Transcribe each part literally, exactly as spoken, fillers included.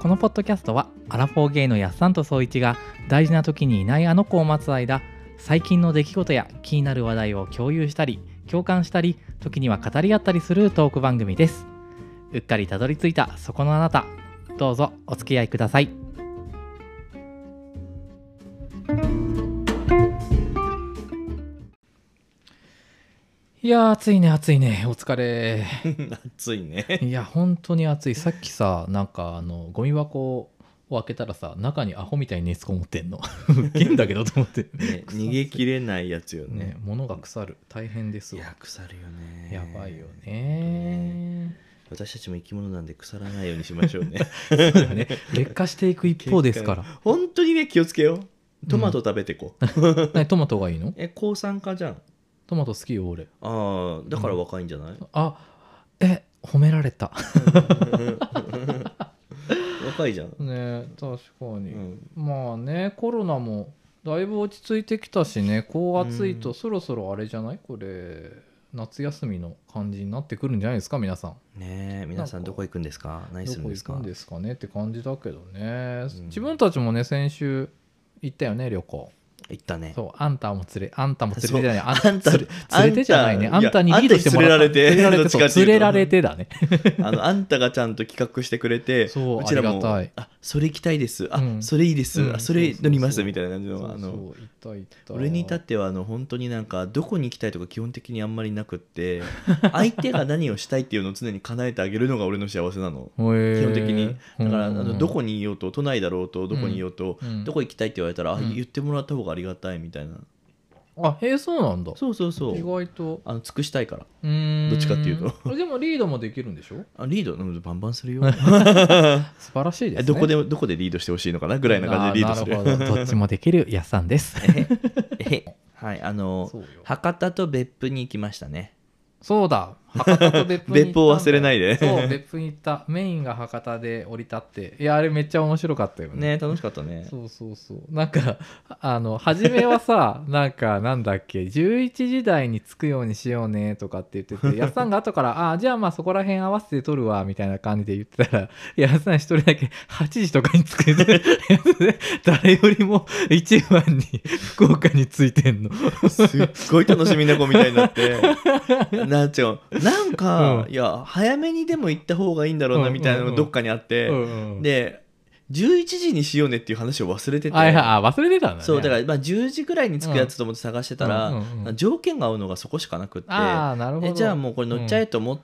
このポッドキャストはアラフォーゲイのやっさんとそういちが大事な時にいないあの子を待つ間、最近の出来事や気になる話題を共有したり共感したり、時には語り合ったりするトーク番組です。うっかりたどり着いたそこのあなた、どうぞお付き合いください。いやー暑いね暑いね、お疲れ。 暑いね。 いや本当に暑い。さっきさ、なんかあのゴミ箱を開けたらさ、中にアホみたいに熱こもってんの。ウケんだけどと思って、 ね、逃げきれないやつよね。 ね、物が腐る、大変ですわ。 いや腐るよね。 やばいよね。 私たちも生き物なんで腐らないようにしましょうね。 そうだね、劣化していく一方ですから。 本当にね、気をつけよう。トマト食べてこう、 うん、トマトがいいの？ え、抗酸化じゃん。 トマト好きよ俺。 ああ、だから若いんじゃない？うん、 あ、え、褒められた。 若いじゃんね。確かに、 うん、 まあね、コロナもだいぶ落ち着いてきたしね、こう暑いとそろそろあれじゃない、これ夏休みの感じになってくるんじゃないですか皆さん。 ねえ、皆さんどこ行くんですか？何するんですか？ どこ行くんですかねって感じだけどね、 うん、 自分たちもね先週行ったよね、旅行。 行ったね。 そう、あんたも連れ、あんたも連れてじゃない、あんた連れてじゃないね、あんたにリードしてもらった。 連れられて、 連れられて、そう連れられてだね。 あの、あんたがちゃんと企画してくれて、 そう、 うちらも、 ありがたい。 あ、それ行きたいです、あ、 うん、 それいいです、 うん、 あ、それ乗りますみたいな感じの、あの、俺に至ってはあの本当になんかどこに行きたいとか基本的にあんまりなくって、相手が何をしたいっていうのを常に叶えてあげるのが俺の幸せなの。基本的にだから、あのどこにいようと、都内だろうとどこにいようと、うん、どこ行きたいって言われたら、うん、あ、言ってもらった方がありがたいみたいな。 あ、へえ、そうなんだ。そうそうそう、意外とあの尽くしたいから、うーん、どっちかっていうと。 でもリードもできるんでしょ？あ、 リードバンバンするよ。素晴らしいですね。 どこでどこでリードしてほしいのかなぐらいな感じでリードする。 なるほど、どっちもできるやっさんです。 えはい、あの博多と別府に行きましたね。そうだ、 博多と別府に行ったんだ。 別府を忘れないで。 そう、別府に行った。メインが博多で降り立って、いやあれめっちゃ面白かったよね。 ね、楽しかったね。 そうそうそう、なんかあの初めはさ、なんかなんだっけ、じゅういちじ台に着くようにしようねとかって言ってて、やっさんが後からあじゃあまあそこら辺合わせて撮るわみたいな感じで言ってたら、やっさん一人だけはちじとかに着くで誰よりも一番に福岡に着いてんの。 すっごい楽しみな子みたいになってなっちゃう。なんか、うん、いや早めにでも行った方がいいんだろうなみたいなのがどっかにあって、うんうんうん、でじゅういちじにしようねっていう話を忘れてて、 ああ忘れてたんだね。 そうだから、まあ、じゅうじぐらいに着くやつと思って探してたら、うんうんうん、条件が合うのがそこしかなくって、 あ、なるほど。 じゃあもうこれ乗っちゃえと思って、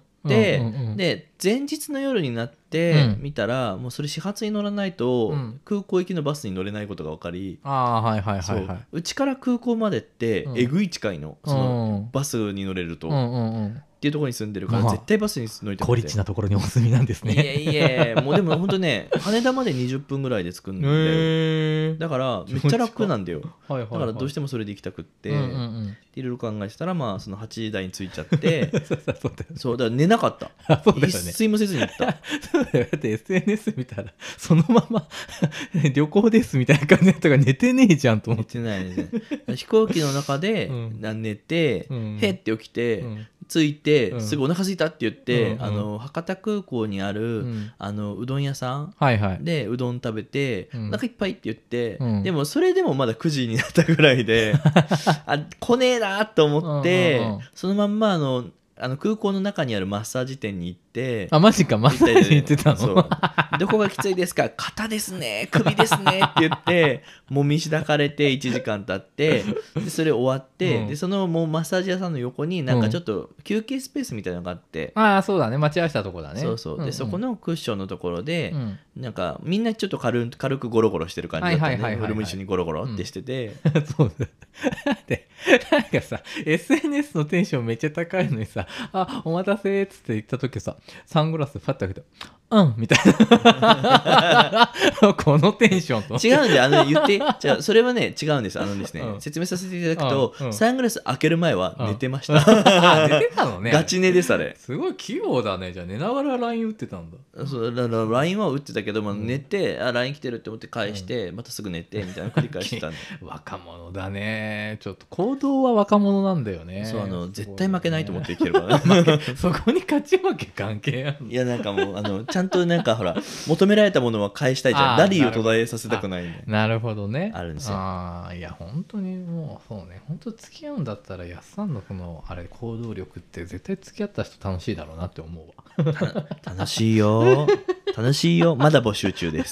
うんうんうんうん、で前日の夜になって見たら、うん、もうそれ始発に乗らないと、うん、空港行きのバスに乗れないことが分かり、 あ、はいはいはいはい、 うちから空港までって、うん、えぐい近いの、そのバスに乗れると、うんうんうん、っていうところに住んでるから、まあ、絶対バスに乗りたくて、 孤立なところにお住みなんですね。 いえいえ、もうでも本当ね、羽田までにじゅっぷんぐらいで着くんで、だからめっちゃ楽なんだよ。はいはいはい、だからどうしてもそれで行きたくって、うんうんうん、いろいろ考えてたら、まあそのはちじ台に着いちゃってそうだから寝なかった。そうだよね、一睡もせずに行った。 そうだよ、だって エスエヌエス 見たらそのまま旅行ですみたいな感じだったから、寝てねえじゃんと思って。 寝てないね。飛行機の中で、うん、寝て、うん、へって起きて、うん、着いて、うん、すぐお腹空いたって言って、うんうん、あの博多空港にある、うん、あのうどん屋さん、はいはい、でうどん食べて、うん、お腹いっぱいって言って、うん、でもそれでもまだくじになったぐらいであ来ねえなと思って、うんうんうん、そのまんまあのあの空港の中にあるマッサージ店に行って、 あ、マジか、マッサージに行ってたの？ そうどこがきついですか？肩ですね、首ですねって言ってもみしだかれていちじかん経って、でそれ終わって、うん、でそのもうマッサージ屋さんの横になんかちょっと休憩スペースみたいなのがあって、 うん、ああそうだね、待ち合わせたとこだね。 そうそう、で、うんうん、そこのクッションのところで、うん、なんかみんなちょっと 軽, 軽くゴロゴロしてる感じだったね。俺も一緒にゴロゴロってしてて、 うん、そうだでなんかさ エスエヌエス のテンションめっちゃ高いのにさ、あお待たせっつって言った時さ、サングラスファッと開けてうんみたいなこのテンションと違うんで、あの言ってじゃあそれはね違うんです。あのですね、うん、説明させていただくと、うんうん、サングラス開ける前は寝てました、 うん、寝てたのね。 ガチ寝ですあれ。 すごい器用だね。じゃあ寝ながら ライン 打ってたんだ。 そうだから ライン は打ってたけども、うん、寝てあ ライン 来てるって思って返して、うん、またすぐ寝てみたいな繰り返してたんで若者だね。ちょっと行動は若者なんだよね。 そう、あの絶対負けないと思って生きてるからねそこに勝ち負け考関係あるの？ いやなんかもうあのちゃんとなんかほら求められたものは返したいじゃん。ラリーを途絶えさせたくないんで。 なるほどね。 あるんですよ。 ああいや本当にもうそうね、本当付き合うんだったらやっさんのこのあれ行動力って絶対付き合った人楽しいだろうなって思うわ。 楽しいよ楽しいよ、まだ募集中です。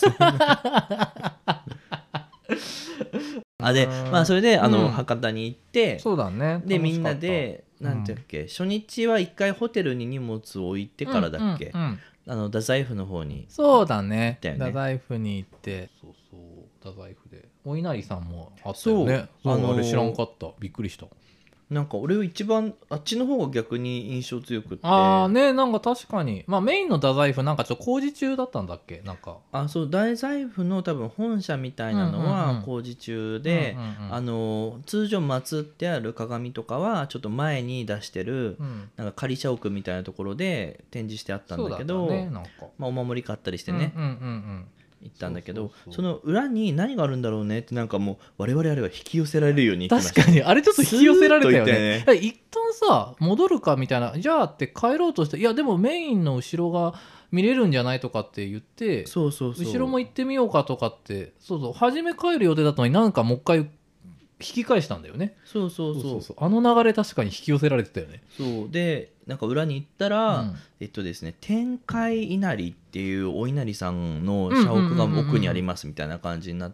あでまあそれであの、うん、博多に行って、 そうだね、 でみんなでなんていうっけ、うん、初日は一回ホテルに荷物を置いてからだっけ、うんうんうん、あの太宰府の方に、 そうだね、太宰府に行って、そうそう太宰府でお稲荷さんもあったよね。そう、あのー、あれ知らんかった、びっくりした。 なんか俺は一番あっちの方が逆に印象強くって、 ああね、なんか確かにまあメインの太宰府なんかちょっと工事中だったんだっけ、なんかあそう太宰府の多分本社みたいなのは工事中で、あの通常祀ってある鏡とかはちょっと前に出してる、うん、なんか仮社屋みたいなところで展示してあったんだけど、ね、なんかまあお守り買ったりしてね、うんうんうんうん行ったんだけど、 そうそうそう、その裏に何があるんだろうねってなんかもう我々あれは引き寄せられるように行きました。 確かにあれちょっと引き寄せられたよね。ね一旦さ戻るかみたいな、じゃあって帰ろうとして、いやでもメインの後ろが見れるんじゃないとかって言って、そうそうそう後ろも行ってみようかとかって、そうそう初め帰る予定だったのになんかもう一回引き返したんだよね。 そうそうそう、そうそうそう、 あの流れ確かに引き寄せられてたよね。 そうでなんか裏に行ったら、うん、えっとですね天海稲荷っていうお稲荷さんの社屋が奥にありますみたいな感じになって、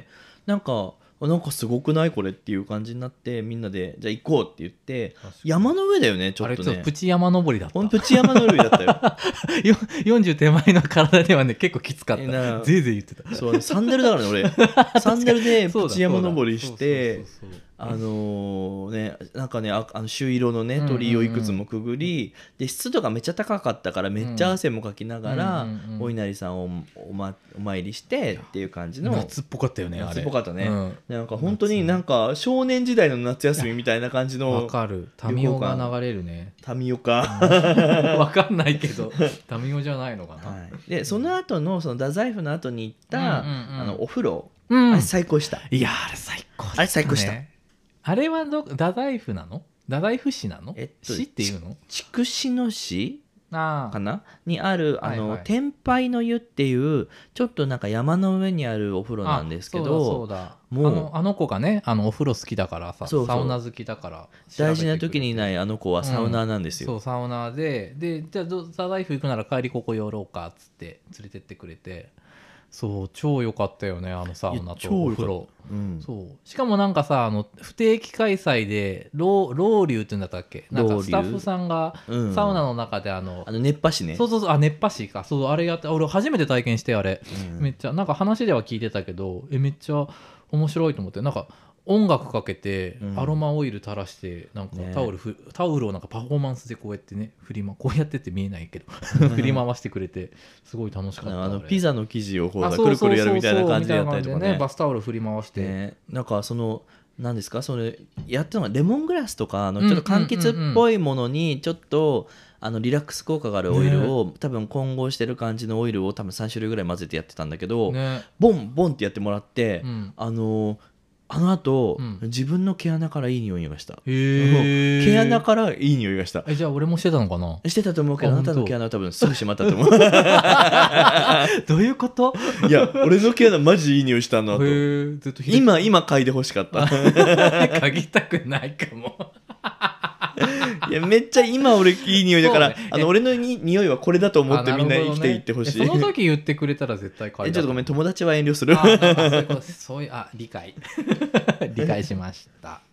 なんかなんかすごくないこれっていう感じになって、みんなでじゃあ行こうって言って、山の上だよねちょっとね、あれちょっとプチ山登りだった。 プチ山登りだったよ。 よんじゅう手前の体ではね結構きつかった。ぜいぜい言ってた。 そうサンダルだからね俺。サンダルでプチ山登りして、あのー、ねなんかねああの朱色のね鳥居をいくつもくぐり、で湿度がめっちゃ高かったからめっちゃ汗もかきながら、うんうんうん、お稲荷さんを お,、ま、お参りしてっていう感じの夏っぽかったよね。 夏っぽかったね、うん、なんか本当になんか少年時代の夏休みみたいな感じの。 わかる、タミオが流れるね。 タミオかわかんないけどタミオじゃないのかな、 はい、でその後のその太宰府の後に行った、うんうんうん、あのお風呂、 うん、 あれ最高した。 いやあれ最高だったね。 あれ最高した。 あれはど太宰府なの？太宰府市なの？えっと、市っていうの？ 筑紫野市かなにあるあの、 はいはい、 天拝の湯っていうちょっとなんか山の上にあるお風呂なんですけど、 そうだそうだ、もうあの、あの子がねあのお風呂好きだからさ、そうそうサウナ好きだから大事な時にいないあの子はサウナーなんですよ、 うん、そうサウナーででじゃあ太宰府行くなら帰りここ寄ろうかっつって連れてってくれて、そう超良かったよねあのサウナとお風呂、うん、そうしかもなんかさあの不定期開催でロウリュウっていうんだったっけ、なんかスタッフさんがサウナの中であの、 うん、あの熱波師ね、 そうそうそう、あ熱波師か、そうあれやって俺初めて体験してあれ、うん、めっちゃなんか話では聞いてたけどえめっちゃ面白いと思って、なんか音楽かけてアロマオイル垂らしてなんかタオル、ね、タオルをなんかパフォーマンスでこうやってね振り、ま、こうやってって見えないけど振り回してくれてすごい楽しかった。 あのピザの生地をこうくるくるやるみたいな感じでやったりとかね、 バスタオル振り回して、 ね、なんかその何ですかそれやったのがレモングラスとかのちょっと柑橘っぽいものにちょっとあのリラックス効果があるオイルを、ね、多分混合してる感じのオイルを多分さん種類ぐらい混ぜてやってたんだけど、ね、ボンボンってやってもらって、うん、あのあの後、うん、自分の毛穴からいい匂いがした。へ毛穴からいい匂いがした。 えじゃあ俺もしてたのかな。 してたと思うけど、あなたの毛穴は多分すぐ閉まったと思う。 どういうこと？ いや俺の毛穴マジいい匂いしたの。ずっと今今嗅いでほしかった。 嗅ぎたくないかも。 いやめっちゃ今俺いい匂いだから、ね、あの俺のに匂いはこれだと思ってみんな生きていってほしい、 ね、その時言ってくれたら絶対嗅いだ。ちょっとごめん友達は遠慮する。 あそういうことそういうあ理解理解しました、はい、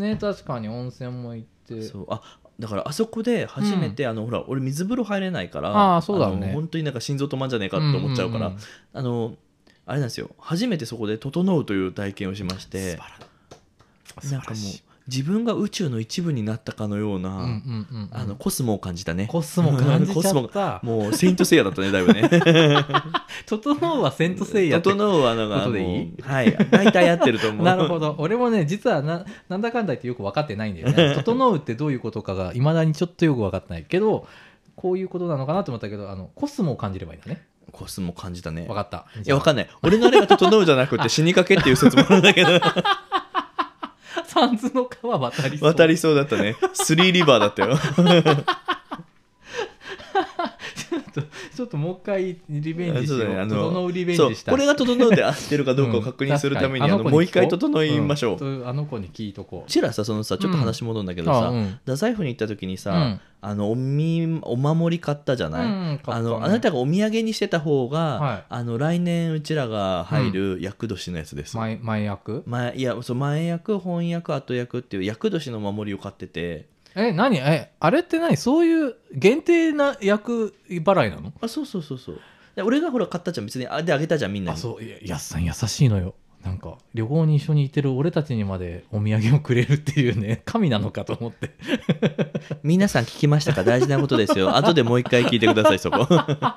ね確かに温泉も行ってそうあだからあそこで初めて、うん、あのほら俺水風呂入れないからあそうだ、ね、 あの本当になんか心臓止まんじゃねえかって思っちゃうから、うんうんうん、あのあれなんですよ初めてそこで整うという体験をしまして、素晴らしいなんかもう自分が宇宙の一部になったかのような、うんうんうんうん、あのコスモを感じたね。 コスモ感じちゃったもうセイントセイヤだったねだいぶね。 整うはセイントセイヤって整うはなんかことでいい？はい大体合ってると思う。 なるほど俺もね実は な, なんだかんだ言ってよく分かってないんだよね。整うってどういうことかがいまだにちょっとよく分かってないけどこういうことなのかなと思ったけどあのコスモを感じればいいんだね。 コスモ感じたね。 分かった。 いや分かんない俺のあれが整うじゃなくて死にかけっていう説もあるんだけど。 三途の川渡りそう渡りそうだったね。スリーリバーだったよ。 ちょっともう一回リベンジしよう。 そうだね、あの整うリベンジしたい。 そうこれが整うで合ってるかどうかを確認するために、うん、あのもう一回整いましょう、 うん、あの子に聞いとこう。 うちらさそのさちょっと話戻るんだけどさ、うん、太宰府に行った時にさ、うん、あの お, みお守り買ったじゃない、うん、あのあなたがお土産にしてた方が、はい、あの来年うちらが入る厄年のやつです、 うん、前, 前役前いやそう前役本役後役っていう厄年の守りを買ってて。 え何えあれって何そういう限定な役払いなの？ あそうそうそうそう。で俺がほら買ったじゃん別にあであげたじゃんみんなに。 あそういややっさん優しいのよ。なんか旅行に一緒に行ってる俺たちにまでお土産をくれるっていうね神なのかと思って皆さん聞きましたか？大事なことですよ。後でもう一回聞いてくださいそこ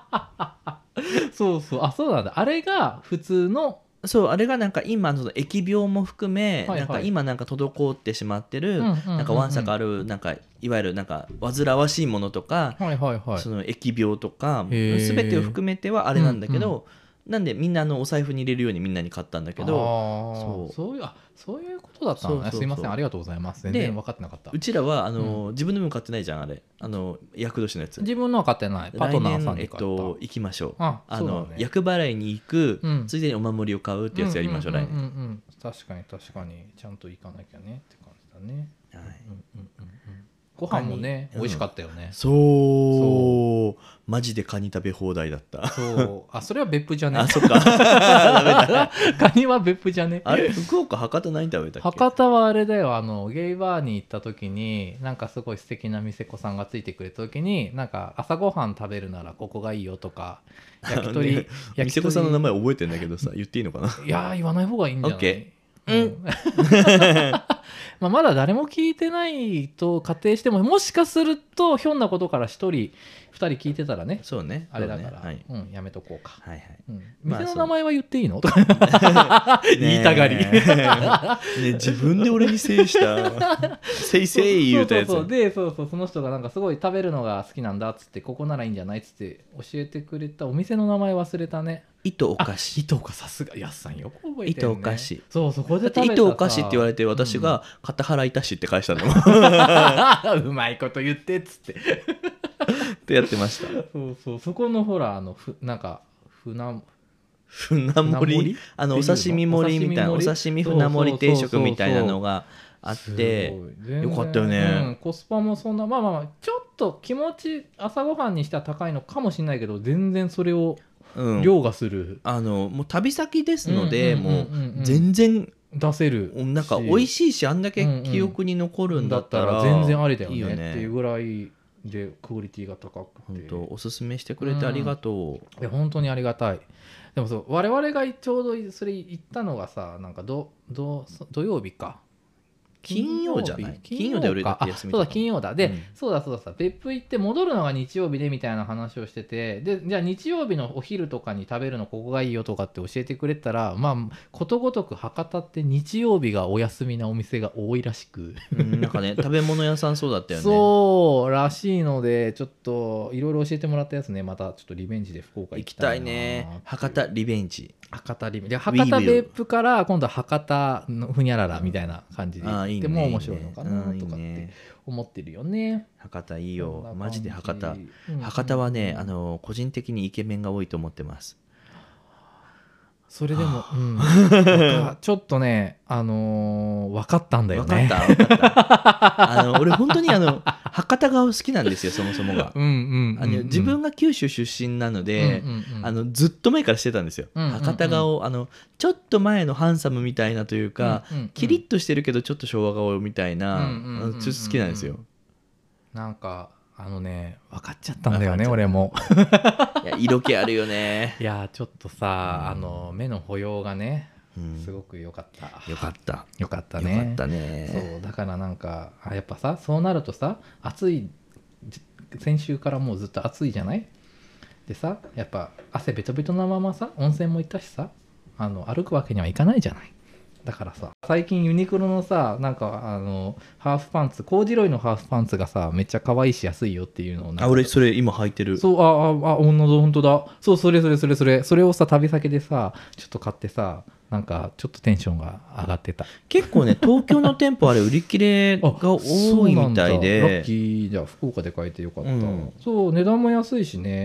そうそうあそうなんだ。あれが普通のそうあれがなんか今その疫病も含め、はいはい、なんか今なんか滞ってしまってる、うんうんうんうん、なんかわんさかあるなんかいわゆるなんか煩わしいものとか、はいはいはい、その疫病とか全てを含めてはあれなんだけど、うんうんなんでみんなあのお財布に入れるようにみんなに買ったんだけどそうそういうあそういうことだったのね。そうそうそうすいませんありがとうございます。全然分かってなかった。 うちらはあの、うん、自分でも買ってないじゃんあれあの厄年のやつ自分のは買ってないパートナーさんに買った。来年、えっと、 行きましょう。 ああの、 ね、 厄払いに行く、うん、ついでにお守りを買うってやつやりましょう、来年。 確かに確かにちゃんと行かなきゃねって感じだね。はい、うんうんうんうんご飯もね、うん、美味しかったよね。 そうそうマジでカニ食べ放題だった。 そうあそれは別府じゃねあそっかダメだカニは別府じゃね。 あれ福岡博多何食べたっけ？ 博多はあれだよあのゲイバーに行った時になんかすごい素敵な店子さんがついてくれた時になんか朝ごはん食べるならここがいいよとか焼き鳥、ね、 店子さんの名前覚えてんだけどさ言っていいのかな？ いや言わない方がいいんじゃない？ OKうん、 まあまだ誰も聞いてないと仮定してももしかするとひょんなことからひとりふたり聞いてたらねそうねあれだから、 ねはいうん、やめとこうか、 はいはいうん、店の名前は言っていいのとか言いたがりね自分で俺にせいしたせいせい言うたやつ。 そうそうそうでそうそうその人がなんかすごい食べるのが好きなんだっつってここならいいんじゃないっつって教えてくれたお店の名前忘れたね。 糸おかし糸かさすがやっさんよく覚えてるね。 糸おかしそうそこで食べたさ糸おかしって言われて私が片腹いたしって返したの、 うん、うまいこと言ってっつってってやってました。 そうそうそこのほらあのふなんか船船盛りあのお刺身盛りみたいなお刺身船盛り定食みたいなのがあってよかったよね、 うん、コスパもそんなまあまあまあちょっと気持ち朝ごはんにしては高いのかもしれないけど全然それを凌駕する、うん、 あのもう旅先ですので、うんうんうんうん、もう全然出せるなんか美味しいしあんだけ記憶に残るんだったら、 うんうん、だったら全然ありだよね、いいよねっていうぐらいでクオリティが高くて本当おすすめしてくれてありがとう、うん、いや本当にありがたい。でもそう我々がちょうどそれ行ったのがさなんかどど土曜日か金曜じゃない金曜で俺だって休みそうだ金曜だで、 うん、 そうだそうださ別府行って戻るのが日曜日でみたいな話をしててでじゃあ日曜日のお昼とかに食べるのここがいいよとかって教えてくれたらまあことごとく博多って日曜日がお休みなお店が多いらしく、 うん、なんかね食べ物屋さんそうだったよねそうらしいのでちょっといろいろ教えてもらったやつねまたちょっとリベンジで福岡行きたいな。 行きたいね博多リベンジ博多リベンジで博多別府から今度は博多のふにゃららみたいな感じで行っても面白いのかなとかって思ってるよね。 博多いいよマジで博多、うん、博多はねあの個人的にイケメンが多いと思ってます。 それでも、うん、ちょっとねあのー、分かったんだよね。 分かった分かったあの俺本当にあの博多顔好きなんですよそもそもが。うんうんうんうん、あの自分が九州出身なので、うんうんうん、あのずっと前からしてたんですよ、うんうんうん、博多顔あのちょっと前のハンサムみたいなというか、うんうんうん、キリッとしてるけどちょっと昭和顔みたいな、うんうんうんうん、ちょっと好きなんですよ。 なんかあのね分かっちゃったんだよね俺もいや色気あるよねいやちょっとさ、うん、あの目の保養がね、うん、すごく良かったよかったよかったねよかったね。 そうだからなんかあやっぱさそうなるとさ暑い先週からもうずっと暑いじゃないでさやっぱ汗ベトベトなままさ温泉も行ったしさあの歩くわけにはいかないじゃない。だからさ最近ユニクロのさなんかあのハーフパンツコーディロイのハーフパンツがさめっちゃ可愛いし安いよっていうのをあ俺それ今履いてる。 そうあああ本当だそうそれそれそれそれそれをさ旅先でさちょっと買ってさなんかちょっとテンションが上がってた。 結構ね東京の店舗あれ売り切れが多いみたいでラッキーじゃあ福岡で買えてよかった、うん、そう値段も安いしね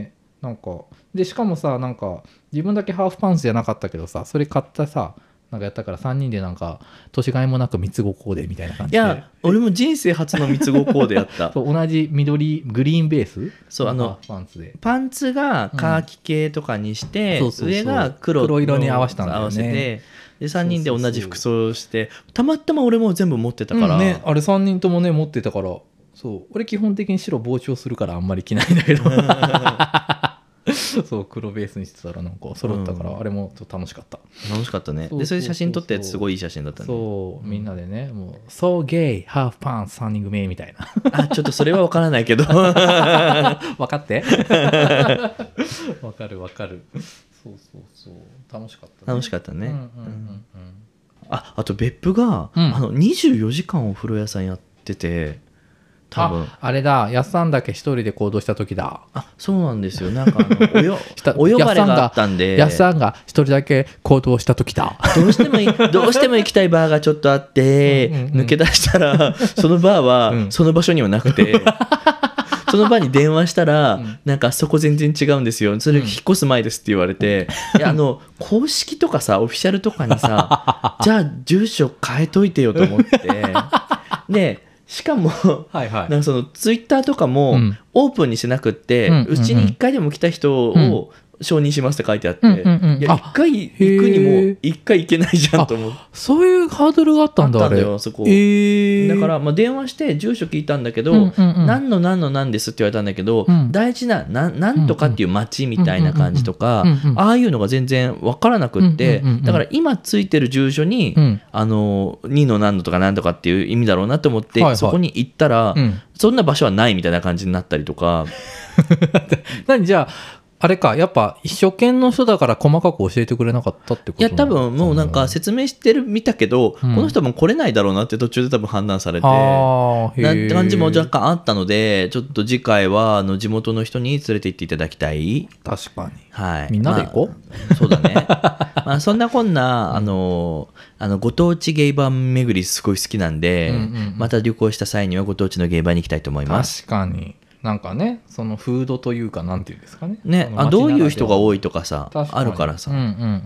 なんかでしかもさなんか自分だけハーフパンツじゃなかったけどさそれ買ったさなんかやったからさんにんでなんか年がいもなく三つ子コーデみたいな感じで。 いや俺も人生初の三つ子コーデやったそう同じ緑グリーンベースそうあのパンツでパンツがカーキ系とかにして、うん、上が 黒, 黒色に合わせたんだよね。 合わせてでさんにんで同じ服装してたまたま俺も全部持ってたから、 うんね、あれさんにんともね持ってたからそう俺基本的に白膨張するからあんまり着ないんだけどそう黒ベースにしてたらなんか揃ったから、うん、あれもちょっと楽しかった楽しかったね。でそれで写真撮ってすごいいい写真だったね。 そうみんなでねもうそうゲイハーフパンツさんにん組みたいなあちょっとそれは分からないけど分かって分かる分かるそうそうそう楽しかった、 ね、楽しかったね、うんうんうんうん、ああと別府が、うん、あのにじゅうよじかんお風呂屋さんやってて多分 あ, あれだやっさんだけ一人で行動した時だ。 あそうなんですよなんかあのおよお呼ばれがあったんでやっさんが一人だけ行動した時だどうしてもどうしても行きたいバーがちょっとあってうんうん、うん、抜け出したらそのバーはその場所にはなくて、うん、その場に電話したら、うん、なんかそこ全然違うんですよそれ引っ越す前ですって言われて、うん、いやあの公式とかさオフィシャルとかにさじゃあ住所変えといてよと思ってでしかも、はいはい、なんかそのツイッターとかもオープンにしなくって、うん、うちにいっかいでも来た人を承認しますって書いてあって、うんうんうん、いやいっかい行くにもいっかい行けないじゃんと思って。 そういうハードルがあったんだ。 あったんだよそこ、えー、だから、まあ、電話して住所聞いたんだけど、うんうんうん、何の何の何ですって言われたんだけど、うん、大事な何とかっていう町みたいな感じとか、うんうん、ああいうのが全然分からなくって、うんうんうん、だから今ついてる住所に、うん、あのにの何のとか何とかっていう意味だろうなと思って、はいはい、そこに行ったら、うん、そんな場所はないみたいな感じになったりとか何じゃああれかやっぱ初見の人だから細かく教えてくれなかったってこと？ いや多分もうなんか説明してる見たけど、うん、この人も来れないだろうなって途中で多分判断されてなんて感じも若干あったのでちょっと次回はあの地元の人に連れて行っていただきたい。 確かに、 はい、 みんなで行こう、 まあ、そうだねまあそんなこんなあのあのご当地ゲイバー巡りすごい好きなんで、うんうんうん、また旅行した際にはご当地のゲイバーに行きたいと思います。 確かになんかねそのフードというかなんていうんですかねねあどういう人が多いとかさあるからさ、うんうんうんうん、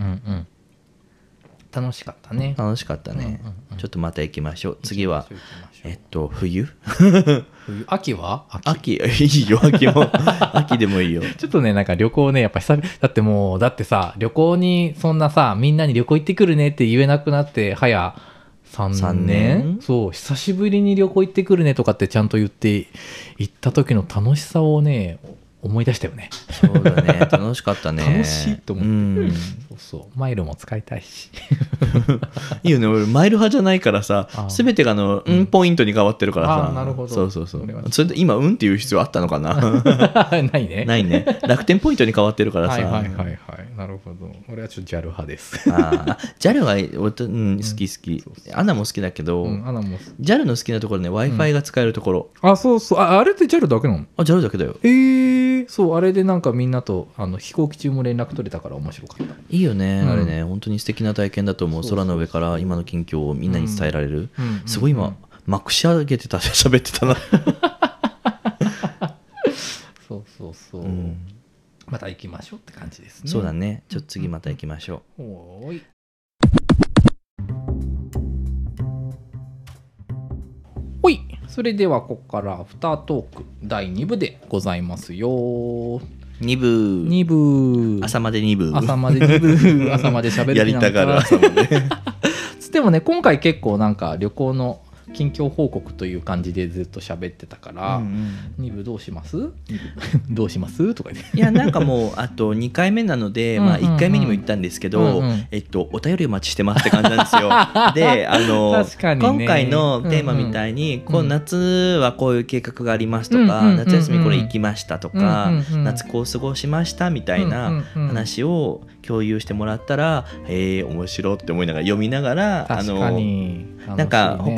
楽しかったね楽しかったね、うんうんうん、ちょっとまた行きましょう。次はえっと冬冬秋は秋, 秋いいよ秋も秋でもいいよちょっとねなんか旅行ねやっぱ久々だってもうだってさ旅行にそんなさみんなに旅行行ってくるねって言えなくなって早さんねん、さんねんそう久しぶりに旅行行ってくるねとかってちゃんと言って行った時の楽しさをね思い出したよね。 そうだね楽しかったね楽しいと思って、うん、そうそうマイルも使いたいしいいよね俺マイル派じゃないからさ全てがあのうんポイントに変わってるからさ、 あなるほどそうそうそうそれで今うんっていう必要あったのかなないねないね楽天ポイントに変わってるからさはいはいはいはいなるほど俺はちょっと ジャル 派ですあ ジャル は、うん、好き好き、うん、アナも好きだけど、うん、アナも ジャル の好きなところね Wi-Fi が使えるところ、 うん、あそうそう あ, あれって ジャル だけなの？ あ ジャル だけだよ。 えーそうあれでなんかみんなとあの飛行機中も連絡取れたから面白かった。 いいよね、うん、あれね本当に素敵な体験だと思う。空の上から今の近況をみんなに伝えられる、うん、すごい今、うん、まくし上げてた喋ってたなそうそうそう、うん、また行きましょうって感じですね。 そうだねちょっと次また行きましょう、うん、 おーいほいそれではここからアフタートークだいに部でございますよ。 に部に部朝までに部朝までに部朝まで喋るやりたがる朝までつってもね今回結構なんか旅行の近況報告という感じでずっと喋ってたから、うんうん、に部どうしますどうしますとか言っていやなんかもうあとにかいめなので、まあ、いっかいめにも言ったんですけど、うんうん、えっと、お便りお待ちしてますって感じなんですよであの確かに、ね、今回のテーマみたいに、うんうん、こう夏はこういう計画がありますとか、うんうん、夏休みこれ行きましたとか、うんうんうん、夏こう過ごしましたみたいな話を共有してもらったら、うんうんうん、えー、面白って思いながら読みながら確かにあのなんか他の人に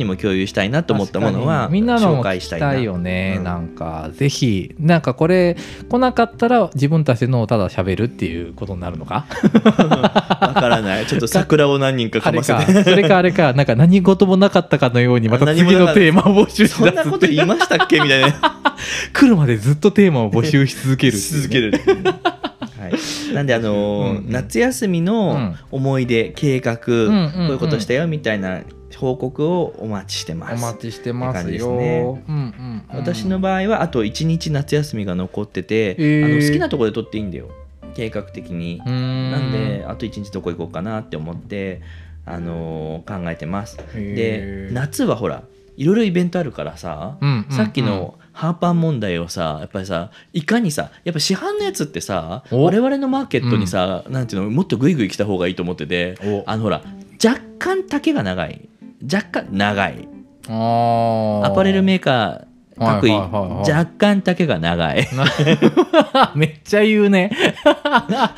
も共有したいなと思ったものはみんなのも紹介したいな。 聞きたいよね、うん、なんかぜひなんかこれ来なかったら自分たちのただ喋るっていうことになるのかわからない。ちょっと桜を何人かかませてあれかそれかあれかなんか何事もなかったかのようにまた次のテーマを募集しそんなこと言いましたっけみたいな来るまでずっとテーマを募集し続ける、ね、 続けるはい、なんであのーうんうん、夏休みの思い出、計画、うんうんうん、こういうことしたよみたいな報告をお待ちしてます。 お待ちしてますよ。 ねうんうんうん、 私の場合はあといちにち夏休みが残ってて、えー、あの好きなところで撮っていいんだよ計画的に。んなんであといちにちどこ行こうかなって思って、あのー、考えてます。で夏はほらいろいろイベントあるからさ、うんうんうん、さっきのハーパン問題をさやっぱりさいかにさやっぱ市販のやつってさ我々のマーケットにさ、うん、なんていうのもっとグイグイ来た方がいいと思ってて、あのほら若干丈が長い若干長いあアパレルメーカー各位、はいはいはいはい、若干丈が長いめっちゃ言うね、はい、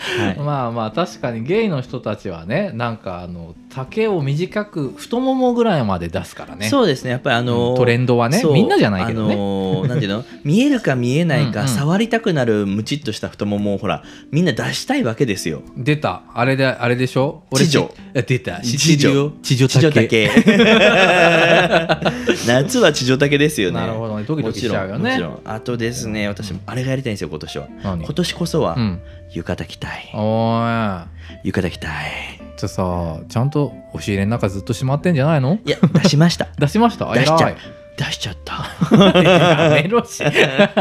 まあまあ確かにゲイの人たちはねなんかあの丈を短く太ももぐらいまで出すからね。 そうですねやっぱりあのーうん、トレンドはねみんなじゃないけどね、 あのー、なんていうの見えるか見えないかうん、うん、触りたくなるムチっとした太ももをほらみんな出したいわけですよ。 出たあれであれでしょ地女出た地女地女丈夏は地女丈ですよね。 なるほどねドキドキしちゃうよね。 もちろんもちろんあとですね私あれがやりたいんですよ今年は。今年こそは、うん、浴衣着たい。 おー浴衣着たい。 じゃさちゃんと押し入れの中ずっとしまってんじゃないの？ いや出しました出しました出しちゃう出しちゃったやめろし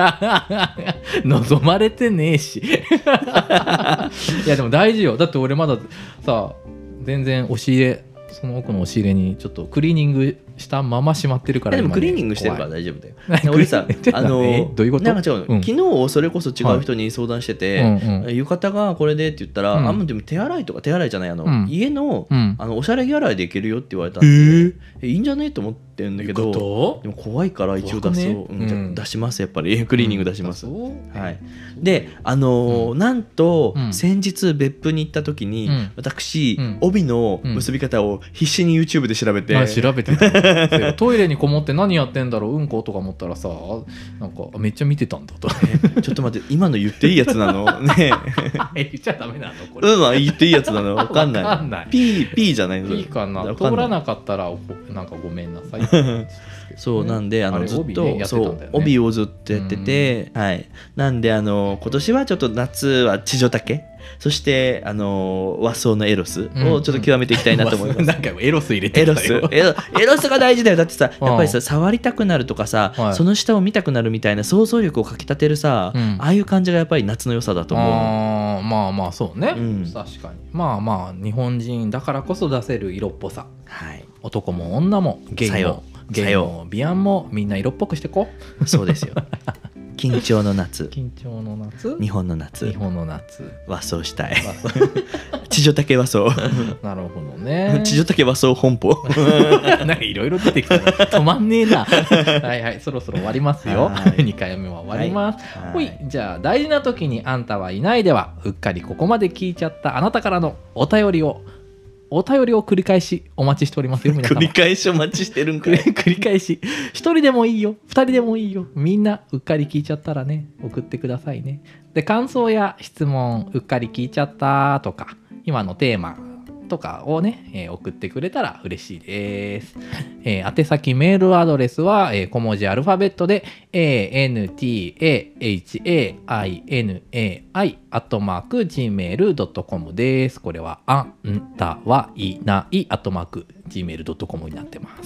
望まれてねえしいやでも大事よ。だって俺まださ全然押し入れその奥の押し入れにちょっとクリーニングしたまましまってるから。 でもクリーニングしてるから大丈夫だよ。俺さあのどういうこと？ なんか違う、うん、昨日それこそ違う人に相談してて、はいうんうん、浴衣がこれでって言ったら、うん、あでも手洗いとか手洗いじゃないあの、うん、家の、うん、あのおしゃれ着洗いでいけるよって言われたんで、えー、えいいんじゃねと思ってるんだけどでも怖いから一応出そう、ねうん、じゃ出しますやっぱりクリーニング出します、うん、はい、であのーうん、なんと、うん、先日別府に行った時に、うん、私、うん、帯の結び方を必死に YouTube で調べて、 うん、調べてたトイレにこもって何やってんだろううんことか思ったらさなんかめっちゃ見てたんだと、 ね、ちょっと待って今の言っていいやつなのねえ言っちゃダメなのこれ。 うん言っていいやつなの分かんない分かんない P, P じゃないのいいかな通らなかったらなんかごめんなさいそうなんであのずっと、ね、そう帯をずっとやってて、はい、なんであの今年はちょっと夏は地女丈そしてあの和装のエロスをちょっと極めていきたいなと思います、うんうん、 なんかエロス入れてたよエロスエロエロスが大事だよ。だってさやっぱりさ触りたくなるとかさ、はい、その下を見たくなるみたいな想像力をかきたてるさ、うん、ああいう感じがやっぱり夏の良さだと思う。 あまあまあそうね、うん、確かにまあまあ日本人だからこそ出せる色っぽさ、 はい、 男も女もゲイもゲイもビアンもみんな色っぽくしてこう。 そうですよ緊張の夏緊張の夏日本の夏日本の夏和装したい地女丈和装なるほどね地女丈和装本舗なんかいろいろ出てきたら止まんねえなはいはいそろそろ終わりますよにかいめは終わります、はい、ほいじゃあ大事な時にあんたはいないではうっかりここまで聞いちゃったあなたからのお便りをお便りを繰り返しお待ちしておりますよ皆様。 繰り返しお待ちしてるんかい繰り返し一人でもいいよ二人でもいいよみんなうっかり聞いちゃったらね送ってくださいね。で感想や質問うっかり聞いちゃったとか今のテーマとかをね、えー、送ってくれたら嬉しいです、えー、宛先メールアドレスは、えー、小文字アルファベットで エーエヌティーエーエイチエーアイエヌエーアイ アットマーク ジーメールドットコム です。これはあんたはいないアットマーク ジーメールドットコム になってます。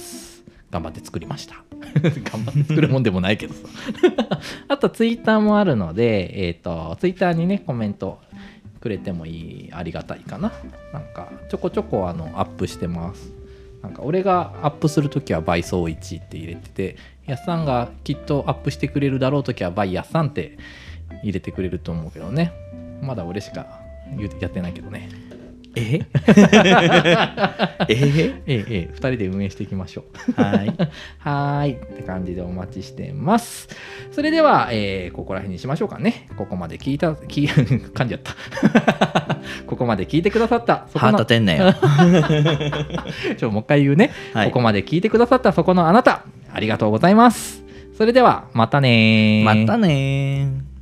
頑張って作りました頑張って作るもんでもないけどさあとツイッターもあるので、えーと、ツイッターにねコメントくれてもいいありがたいかな。なんかちょこちょこあのアップしてます。なんか俺がアップするときはバイソーいちって入れててやっさんがきっとアップしてくれるだろうときはバイやっさんって入れてくれると思うけどね。まだ俺しかやってないけどね。 ええええふたりで運営していきましょう。はいはいって感じでお待ちしてます。それでは、えー、ここら辺にしましょうかね。ここまで聞いた聞噛んじゃったここまで聞いてくださったそこのハートてんなよちょもう一回言うね、はい、ここまで聞いてくださったそこのあなたありがとうございます。それではまたねまたね